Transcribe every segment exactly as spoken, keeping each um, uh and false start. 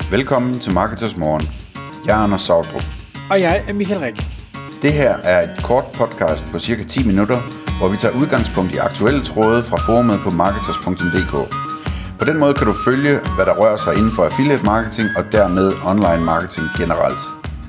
Velkommen til Marketers Morgen. Jeg er Anders Sautrup. Og jeg er Michael Rik. Det her er et kort podcast på cirka ti minutter, hvor vi tager udgangspunkt i aktuelle tråde fra forumet på marketers punktum d k. På den måde kan du følge, hvad der rører sig inden for affiliate marketing og dermed online marketing generelt.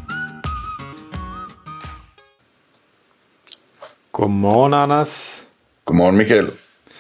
Godmorgen, Anders. Godmorgen, Michael.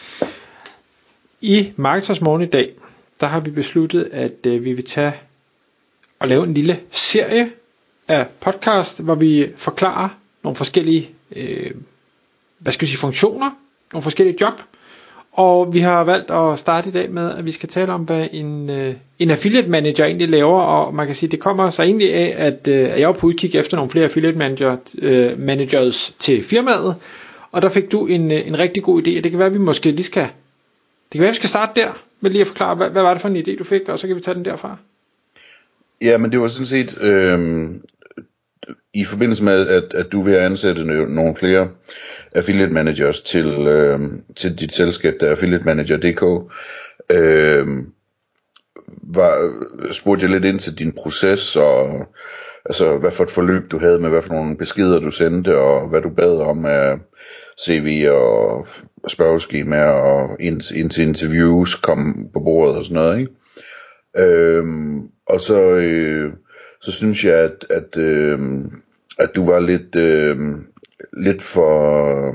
I Marketers Morgen i dag, der har vi besluttet, at øh, vi vil tage og lave en lille serie af podcast, hvor vi forklarer nogle forskellige øh, hvad skal vi sige, funktioner, nogle forskellige job. Og vi har valgt at starte i dag med, at vi skal tale om, hvad en, øh, en affiliate manager egentlig laver. Og man kan sige, det kommer så egentlig af, at, øh, at jeg var på udkig efter nogle flere affiliate manager, øh, managers til firmaet. Og der fik du en, en rigtig god idé, og det kan være, at vi måske lige skal, det kan være, at vi skal starte der, med lige at forklare, hvad, hvad var det for en idé, du fik, og så kan vi tage den derfra. Ja, men det var sådan set øh, i forbindelse med, at, at du vil ansætte nogle flere affiliate managers til, øh, til dit selskab, der er affiliate manager punktum d k, øh, var, spurgte jeg lidt ind til din proces, og altså, hvad for et forløb du havde med, hvad for nogle beskeder du sendte, og hvad du bad om af C V og spørgeskemaer, og ind, ind til interviews kom på bordet og sådan noget, ikke? Øhm, og så, øh, så synes jeg, at, at, øh, at du var lidt, øh, lidt for,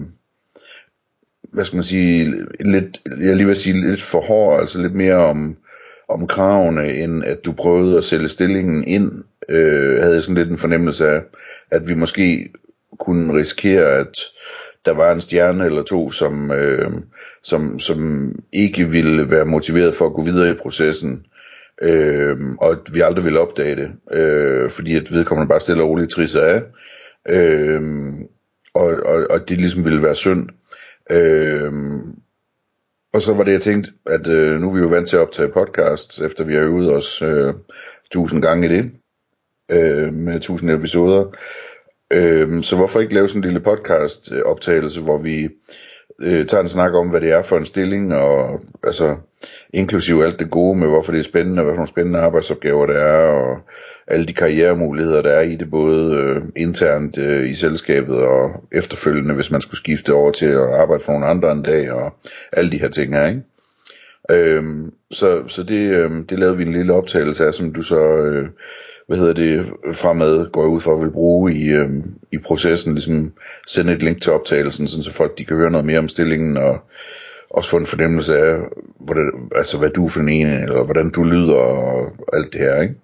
hvad skal man sige, lidt, jeg lige vil sige lidt for hård, altså lidt mere om, om kravene, end at du prøvede at sælge stillingen ind. Øh, havde jeg sådan lidt en fornemmelse af, at vi måske kunne risikere, at der var en stjerne eller to, som, øh, som, som ikke ville være motiveret for at gå videre i processen, øh, og at vi aldrig ville opdage det, øh, fordi at vedkommende bare stille og roligt trisser af, øh, og, og, og det ligesom ville være synd. Øh, og så var det, jeg tænkte, at øh, nu er vi jo vant til at optage podcasts, efter vi har øvet os øh, tusind gange i det, øh, med tusind episoder. Øhm, så hvorfor ikke lave sådan en lille podcast optagelse, hvor vi øh, tager en snak om, hvad det er for en stilling, og altså inklusive alt det gode med, hvorfor det er spændende, og hvad for nogle spændende arbejdsopgaver der er, og alle de karrieremuligheder, der er i det, både øh, internt øh, i selskabet og efterfølgende, hvis man skulle skifte over til at arbejde for nogle andre en dag, og alle de her ting her, ikke? Øhm, så så det, øh, det lavede vi en lille optagelse af, som du så øh, hvad hedder det, fremad går jeg ud for at vil bruge i, øh, i processen, ligesom sende et link til optagelsen, sådan så folk de kan høre noget mere om stillingen, og også få en fornemmelse af, hvordan, altså hvad du er for en, eller hvordan du lyder, og alt det her, ikke?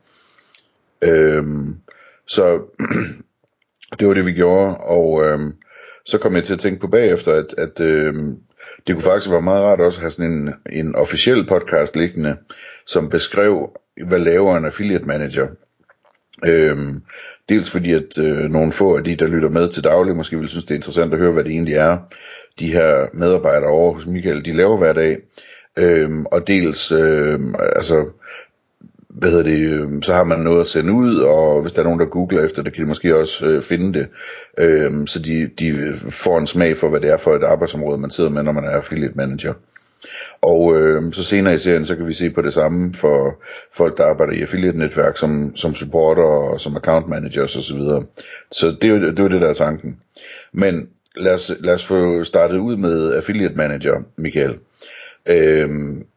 Øhm, så det var det vi gjorde, og øhm, så kom jeg til at tænke på bagefter, at, at øhm, det kunne faktisk være meget rart også at have sådan en, en officiel podcast liggende, som beskrev, hvad laver en affiliate manager. Øhm, dels fordi at øh, nogle få af de der lytter med til daglig måske vil synes det er interessant at høre hvad det egentlig er de her medarbejdere over hos Michael de laver hver dag, øhm, og dels øh, altså hvad hedder det, øh, så har man noget at sende ud, og hvis der er nogen der googler efter det, kan de måske også øh, finde det, øh, så de, de får en smag for hvad det er for et arbejdsområde man sidder med når man er affiliate manager. Og øh, så senere i serien, så kan vi se på det samme for folk, der arbejder i affiliate-netværk, som, som supporter og som account managers osv. Så, så det er jo det, er det, der er tanken. Men lad os, lad os få startet ud med affiliate manager, Michael. Øh,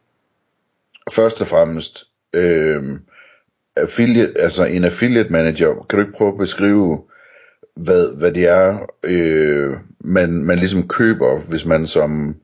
først og fremmest, øh, affiliate, altså en affiliate manager, kan du ikke prøve at beskrive, hvad, hvad det er, øh, man, man ligesom køber, hvis man som...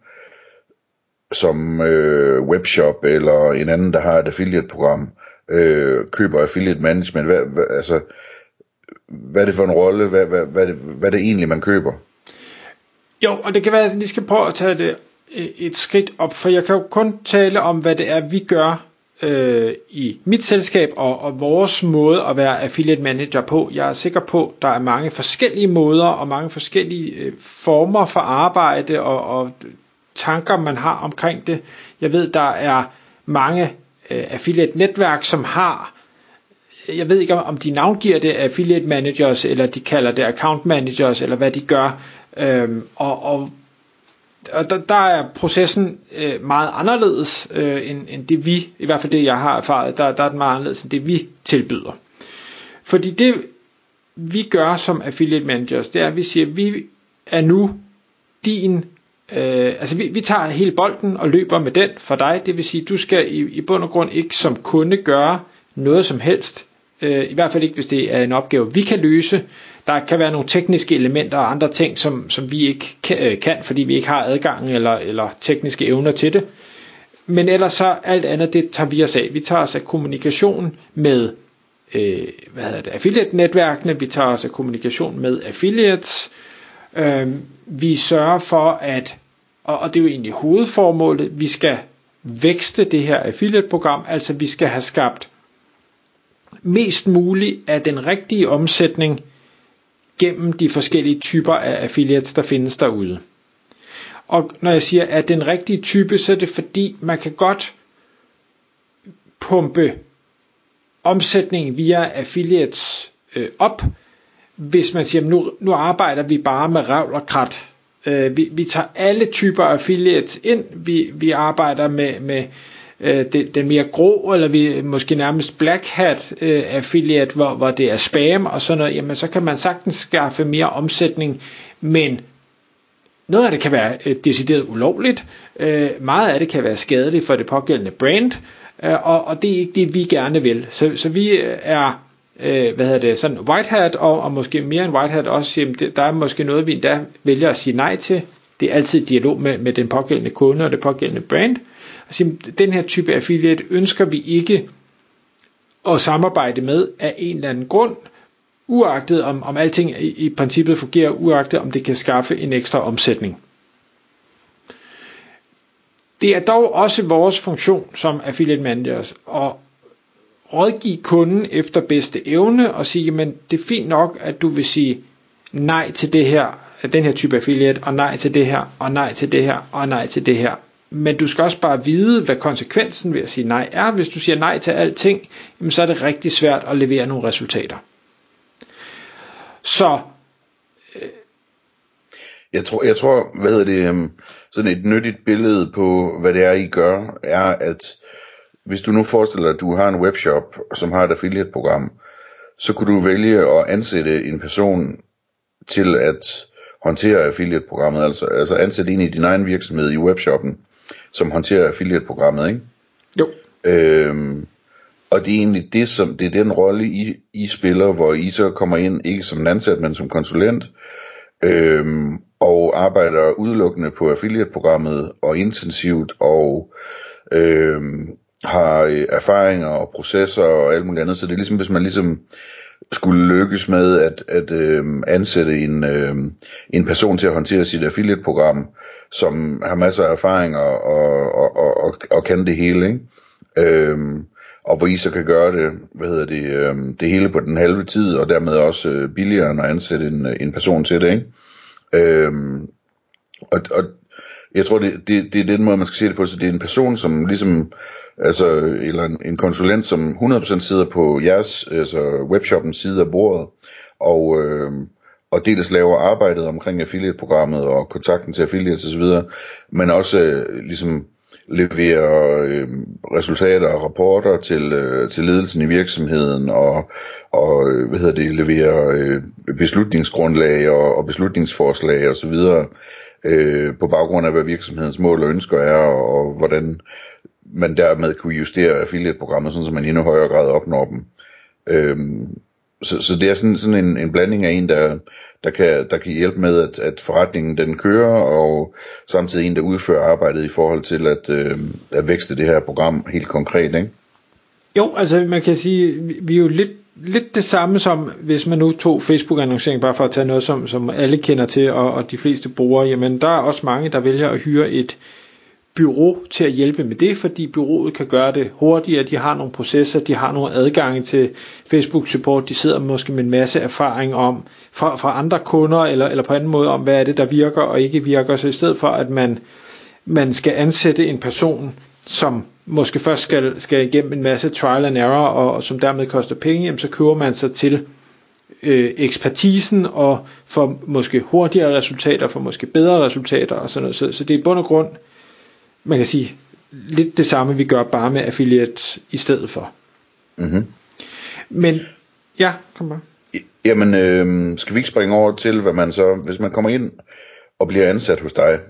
som øh, webshop eller en anden der har et affiliate program øh, køber affiliate management, hvad, hvad, altså hvad er det for en rolle, hvad, hvad, hvad, er det, hvad er det egentlig man køber? Jo, og det kan være at vi skal prøve at tage det et skridt op, for jeg kan jo kun tale om hvad det er vi gør øh, i mit selskab og, og vores måde at være affiliate manager på. Jeg er sikker på der er mange forskellige måder og mange forskellige øh, former for arbejde og, og tanker man har omkring det. Jeg ved der er mange øh, affiliate netværk som har, jeg ved ikke om de navngiver det affiliate managers eller de kalder det account managers eller hvad de gør, øhm, og, og og der, der er processen øh, meget anderledes øh, end, end det vi, i hvert fald det jeg har erfaret, der, der er den meget anderledes end det vi tilbyder. Fordi det vi gør som affiliate managers, det er at vi siger, at vi er nu din, øh, altså vi, vi tager hele bolden og løber med den for dig, det vil sige, du skal i, i bund og grund ikke som kunde gøre noget som helst, øh, i hvert fald ikke hvis det er en opgave vi kan løse. Der kan være nogle tekniske elementer og andre ting som, som vi ikke kan, kan, fordi vi ikke har adgang eller, eller tekniske evner til det, men ellers så alt andet, det tager vi os af. Vi tager os af kommunikation med øh, hvad hedder det, affiliate-netværkene, vi tager os af kommunikation med affiliates, øh, vi sørger for at, og, og det er jo egentlig hovedformålet, vi skal vækste det her affiliate-program, altså vi skal have skabt mest muligt af den rigtige omsætning gennem de forskellige typer af affiliates, der findes derude. Og når jeg siger, at den rigtige type, så er det fordi, man kan godt pumpe omsætning via affiliates øh, op, hvis man siger, nu, nu arbejder vi bare med revl og krat. Øh, vi, vi tager alle typer affiliates ind, vi, vi arbejder med, med øh, det, den mere grå, eller vi måske nærmest black hat øh, affiliate, hvor, hvor det er spam og sådan noget, jamen så kan man sagtens skaffe mere omsætning, men noget af det kan være øh, decideret ulovligt, øh, meget af det kan være skadeligt for det pågældende brand, øh, og, og det er ikke det vi gerne vil. Så, så vi er øh, hvad hedder det, sådan white hat, og, og måske mere end white hat også, jamen det, der er måske noget vi endda vælger at sige nej til. Det er altid dialog med, med den pågældende kunde og det pågældende brand. Altså, den her type affiliate ønsker vi ikke at samarbejde med af en eller anden grund, uagtet om, om alting i, i princippet fungerer, uagtet om det kan skaffe en ekstra omsætning. Det er dog også vores funktion som affiliate managers at rådgive kunden efter bedste evne og sige, men det er fint nok, at du vil sige nej til det her, den her type affiliate, og nej til det her, og nej til det her, og nej til det her. Men du skal også bare vide, hvad konsekvensen ved at sige nej er. Hvis du siger nej til alting, jamen så er det rigtig svært at levere nogle resultater. Så øh, jeg tror, jeg tror, hvad hedder det, sådan et nyttigt billede på, hvad det er, I gør, er, at hvis du nu forestiller dig, at du har en webshop, som har et affiliate-program, så kunne du vælge at ansætte en person til at håndtere affiliate-programmet, altså, altså ansætte en i din egen virksomhed i webshoppen, som håndterer affiliate-programmet, ikke? Jo. Øhm, og det er egentlig det, som, det er den rolle, I, I spiller, hvor I så kommer ind, ikke som ansat, men som konsulent, øhm, og arbejder udelukkende på affiliate-programmet, og intensivt, og øhm, har erfaringer og processer og alt muligt andet, så det er ligesom, hvis man ligesom skulle lykkes med at, at øh, ansætte en, øh, en person til at håndtere sit affiliate-program, som har masser af erfaringer og, og, og, og, og kan det hele, ikke? Øhm, og hvor I så kan gøre det, hvad hedder det, øh, det hele på den halve tid, og dermed også øh, billigere end at ansætte en, en person til det, ikke? Øhm, og, og jeg tror, det, det, det er den måde, man skal se det på, så det er en person, som ligesom, altså, eller en, en konsulent, som hundrede procent sidder på jeres, altså webshoppens side af bordet, og, øh, og dels laver arbejdet omkring affiliate-programmet og kontakten til affiliates osv., men også øh, ligesom leverer øh, resultater og rapporter til, øh, til ledelsen i virksomheden, og, og hvad hedder det, leverer øh, beslutningsgrundlag og, og beslutningsforslag osv., øh, på baggrund af hvad virksomhedens mål og ønsker er, og, og hvordan man dermed kunne justere affiliate-programmet, sådan så man i endnu højere grad opnår dem. Øhm, så, så det er sådan, sådan en, en blanding af en, der, der, kan, der kan hjælpe med, at, at forretningen den kører, og samtidig en, der udfører arbejdet i forhold til at, øh, at vækste det her program helt konkret, ikke? Jo, altså man kan sige, vi er jo lidt, lidt det samme som, hvis man nu tog Facebook-annoncering, bare for at tage noget, som, som alle kender til, og, og de fleste bruger, jamen der er også mange, der vælger at hyre et bureau til at hjælpe med det, fordi bureauet kan gøre det hurtigere, de har nogle processer, de har nogle adgange til Facebook support, de sidder måske med en masse erfaring om, fra, fra andre kunder, eller, eller på anden måde om, hvad er det, der virker og ikke virker, så i stedet for, at man, man skal ansætte en person, som måske først skal, skal igennem en masse trial and error, og, og som dermed koster penge, jamen, så køber man sig til øh, ekspertisen og får måske hurtigere resultater, får måske bedre resultater og sådan noget. Så, så det er i bund og grund, man kan sige, lidt det samme vi gør bare med affiliate i stedet for. Mm-hmm. Men ja, kom bare. Jamen, øh, skal vi ikke springe over til, hvad man så, hvis man kommer ind og bliver ansat hos dig,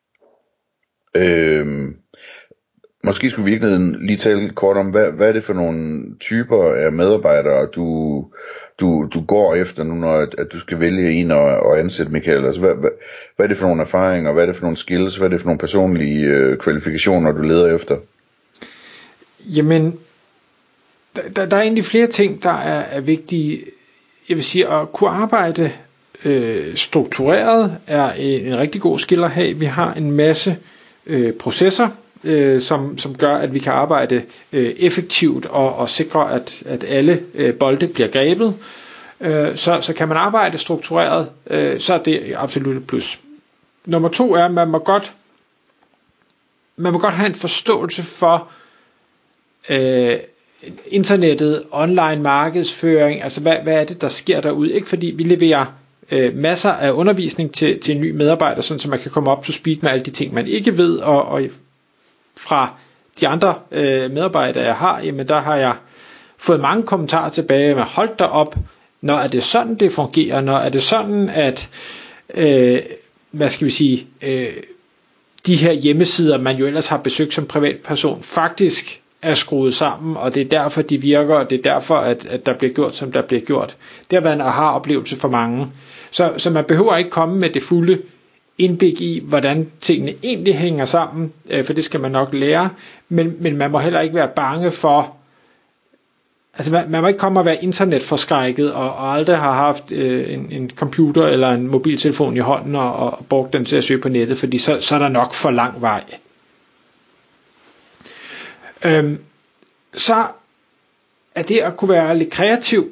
øh, måske skulle vi ikke lige tale kort om, hvad, hvad er det for nogle typer af medarbejdere, du, du, du går efter nu, når at, at du skal vælge en og, og ansætte Michael? Altså, hvad, hvad, hvad er det for nogle erfaringer, hvad er det for nogle skills, hvad er det for nogle personlige øh, kvalifikationer, du leder efter? Jamen, der, der er egentlig flere ting, der er, er vigtige. Jeg vil sige, at kunne arbejde øh, struktureret er en, en rigtig god skill at have. Vi har en masse øh, processer, øh, som, som gør, at vi kan arbejde øh, effektivt og, og sikre, at, at alle øh, bolde bliver grebet. Øh, så, så kan man arbejde struktureret, øh, så er det absolut et plus. Nummer to er, at man må godt, man må godt have en forståelse for øh, internettet, online markedsføring, altså hvad, hvad er det, der sker derude? Ikke fordi vi leverer øh, masser af undervisning til, til en ny medarbejder, sådan så man kan komme op til speed med alle de ting, man ikke ved, og, og fra de andre øh, medarbejdere, jeg har, jamen der har jeg fået mange kommentarer tilbage med, hold da op, når er det sådan, det fungerer, når er det sådan, at øh, hvad skal vi sige, øh, de her hjemmesider, man jo ellers har besøgt som privatperson, faktisk er skruet sammen, og det er derfor, de virker, og det er derfor, at, at der bliver gjort, som der bliver gjort. Det har været en aha-oplevelse for mange. Så, så man behøver ikke komme med det fulde indblik i, hvordan tingene egentlig hænger sammen, øh, for det skal man nok lære, men, men man må heller ikke være bange for, altså man, man må ikke komme og være internetforskrækket, og, og aldrig har haft øh, en, en computer eller en mobiltelefon i hånden, og, og brugt den til at søge på nettet, fordi så, så er der nok for lang vej. Øhm, så er det at kunne være lidt kreativ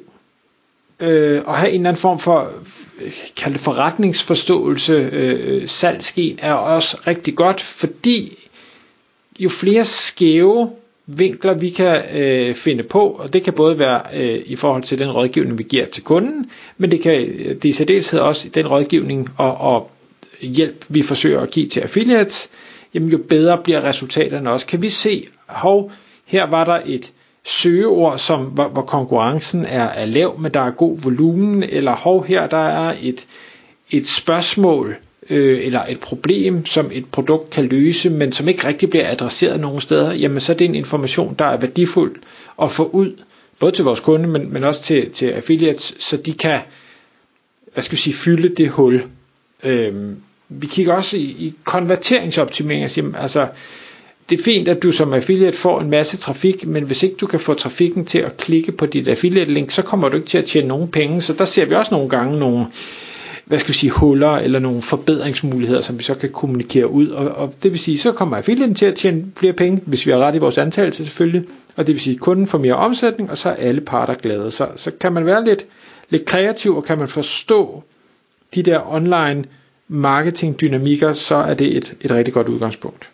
øh, og have en eller anden form for kalde det forretningsforståelse, øh, salgsgen er også rigtig godt, fordi jo flere skæve vinkler vi kan øh, finde på, og det kan både være øh, i forhold til den rådgivning vi giver til kunden, men det kan det i særdeleshed også den rådgivning og, og hjælp vi forsøger at give til affiliates, jamen jo bedre bliver resultaterne også. Kan vi se, hov, her var der et søgeord, som, hvor, hvor konkurrencen er, er lav, men der er god volumen, eller hov, her der er et, et spørgsmål, øh, eller et problem, som et produkt kan løse, men som ikke rigtig bliver adresseret nogen steder, jamen så er det en information, der er værdifuld at få ud, både til vores kunde, men, men også til, til affiliates, så de kan, hvad skal vi sige, fylde det hul. Øhm, vi kigger også i, i konverteringsoptimering, altså det er fint, at du som affiliate får en masse trafik, men hvis ikke du kan få trafikken til at klikke på dit affiliate link, så kommer du ikke til at tjene nogen penge, så der ser vi også nogle gange nogle, hvad skal vi sige, huller eller nogle forbedringsmuligheder, som vi så kan kommunikere ud, og, og det vil sige, så kommer affiliaten til at tjene flere penge, hvis vi har ret i vores antagelse selvfølgelig, og det vil sige, at kunden får mere omsætning, og så er alle parter glade, så, så kan man være lidt, lidt kreativ, og kan man forstå de der online marketing dynamikker, så er det et, et rigtig godt udgangspunkt.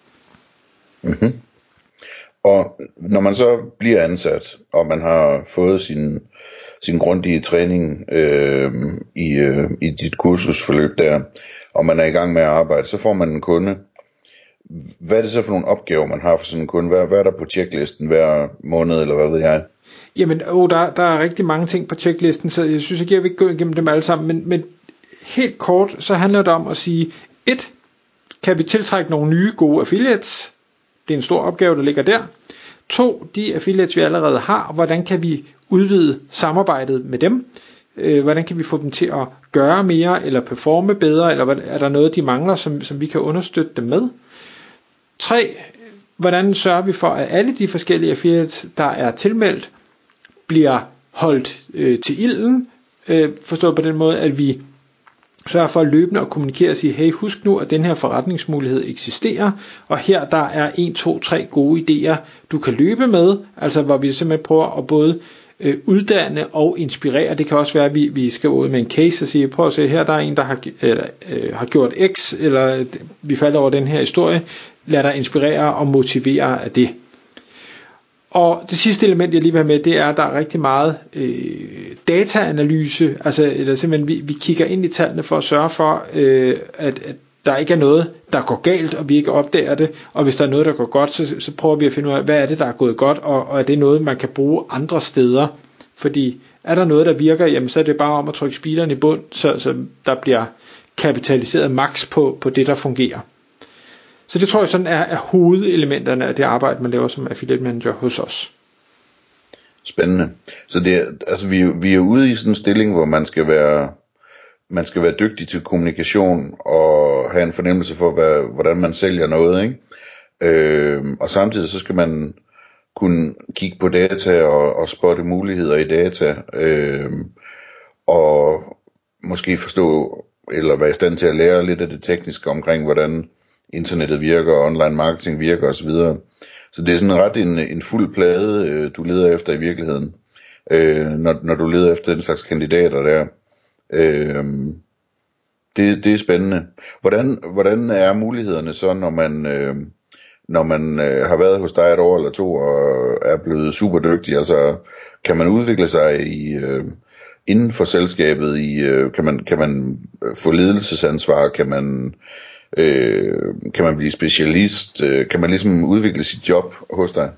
Mm-hmm. Og når man så bliver ansat, og man har fået sin, sin grundige træning øh, i, øh, i dit kursusforløb der, og man er i gang med at arbejde, så får man en kunde. Hvad er det så for nogle opgaver, man har for sådan en kunde? Hvad, hvad er der på checklisten hver måned, eller hvad ved jeg? Jamen, oh, der, der er rigtig mange ting på checklisten, så jeg synes ikke, jeg vil gå igennem dem alle sammen, men, men helt kort, så handler det om at sige, et, kan vi tiltrække nogle nye gode affiliates? Det er en stor opgave, der ligger der. To, de affiliates, vi allerede har, hvordan kan vi udvide samarbejdet med dem? Øh, hvordan kan vi få dem til at gøre mere, eller performe bedre, eller er der noget, de mangler, som, som vi kan understøtte dem med? Tre, hvordan sørger vi for, at alle de forskellige affiliates, der er tilmeldt, bliver holdt øh, til ilden? Øh, forstået på den måde, at vi sørger for at løbende at kommunikere og sige, hey, husk nu, at den her forretningsmulighed eksisterer, og her der er en, to, tre gode idéer, du kan løbe med, altså hvor vi simpelthen prøver at både øh, uddanne og inspirere. Det kan også være, at vi, vi skal ud med en case og sige, prøv at se, her der er en, der har, eller, øh, har gjort X, eller vi falder over den her historie, lad dig inspirere og motivere af det. Og det sidste element, jeg lige vil have med, det er, at der er rigtig meget øh, dataanalyse, altså eller simpelthen vi, vi kigger ind i tallene for at sørge for, øh, at, at der ikke er noget, der går galt, og vi ikke opdager det, og hvis der er noget, der går godt, så, så prøver vi at finde ud af, hvad er det, der er gået godt, og, og er det noget, man kan bruge andre steder, fordi er der noget, der virker, jamen så er det bare om at trykke speederen i bund, så, så der bliver kapitaliseret max på, på det, der fungerer. Så det tror jeg sådan er, er hovedelementerne af det arbejde, man laver som affiliate manager hos os. Spændende. Så det er, altså vi, vi er ude i sådan en stilling, hvor man skal være man skal være dygtig til kommunikation og have en fornemmelse for, hvad, hvordan man sælger noget, ikke? Øh, og samtidig så skal man kunne kigge på data og, og spotte muligheder i data, øh, og måske forstå eller være i stand til at lære lidt af det tekniske omkring, hvordan internettet virker, og online marketing virker osv. Så det er sådan ret en, en fuld plade, øh, du leder efter i virkeligheden, øh, når, når du leder efter den slags kandidater der. Øh, det, det er spændende. Hvordan, hvordan er mulighederne så, når man, øh, når man øh, har været hos dig et år eller to, og er blevet super dygtig? Altså, kan man udvikle sig i... Øh, inden for selskabet, i, øh, kan, man, kan man få ledelsesansvar, kan man, øh, kan man blive specialist, øh, kan man ligesom udvikle sit job hos dig?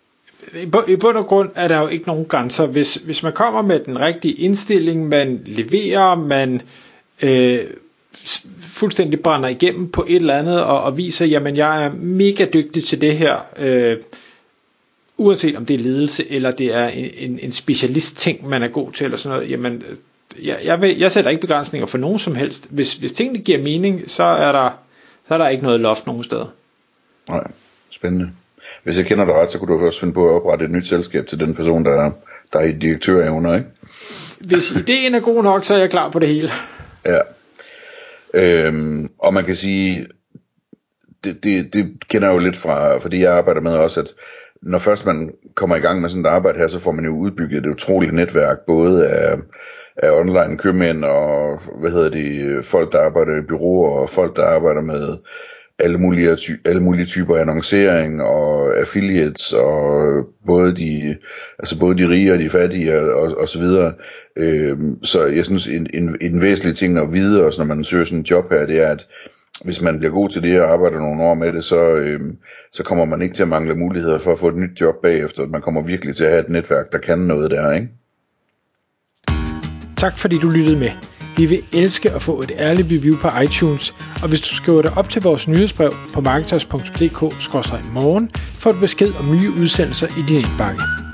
I bund og grund er der jo ikke nogen grænser. Hvis, hvis man kommer med den rigtige indstilling, man leverer, man øh, fuldstændig brænder igennem på et eller andet, og, og viser, jamen jeg er mega dygtig til det her, øh, uanset om det er ledelse, eller det er en, en, en specialist ting, man er god til, eller sådan noget, jamen, jeg, jeg, vil, jeg sætter ikke begrænsninger for nogen som helst. Hvis, hvis tingene giver mening, så er, der, så er der ikke noget loft nogen steder. Nej, spændende. Hvis jeg kender dig ret, så kunne du også finde på at oprette et nyt selskab til den person, der er, der er i direktørevner, ikke? Hvis ideen er god nok, så er jeg klar på det hele. Ja. Øhm, og man kan sige, det, det, det kender jeg jo lidt fra, fordi jeg arbejder med også, at når først man kommer i gang med sådan et arbejde her, så får man jo udbygget et utroligt netværk, både af, af online købmænd og, hvad hedder det, folk, der arbejder i bureauer, og folk, der arbejder med alle mulige, alle mulige typer af annoncering og affiliates, og både de, altså både de rige og de fattige og, og så videre. Øhm, så jeg synes, en, en, en væsentlig ting at vide også, når man søger sådan et job her, det er, at hvis man bliver god til det og arbejder nogle år med det, så, øhm, så kommer man ikke til at mangle muligheder for at få et nyt job bagefter. Man kommer virkelig til at have et netværk, der kan noget der, ikke? Tak fordi du lyttede med. Vi vil elske at få et ærligt review på iTunes, og hvis du skriver dig op til vores nyhedsbrev på marketers punktum d k skråstreg morgen, får du besked om nye udsendelser i din indbakke.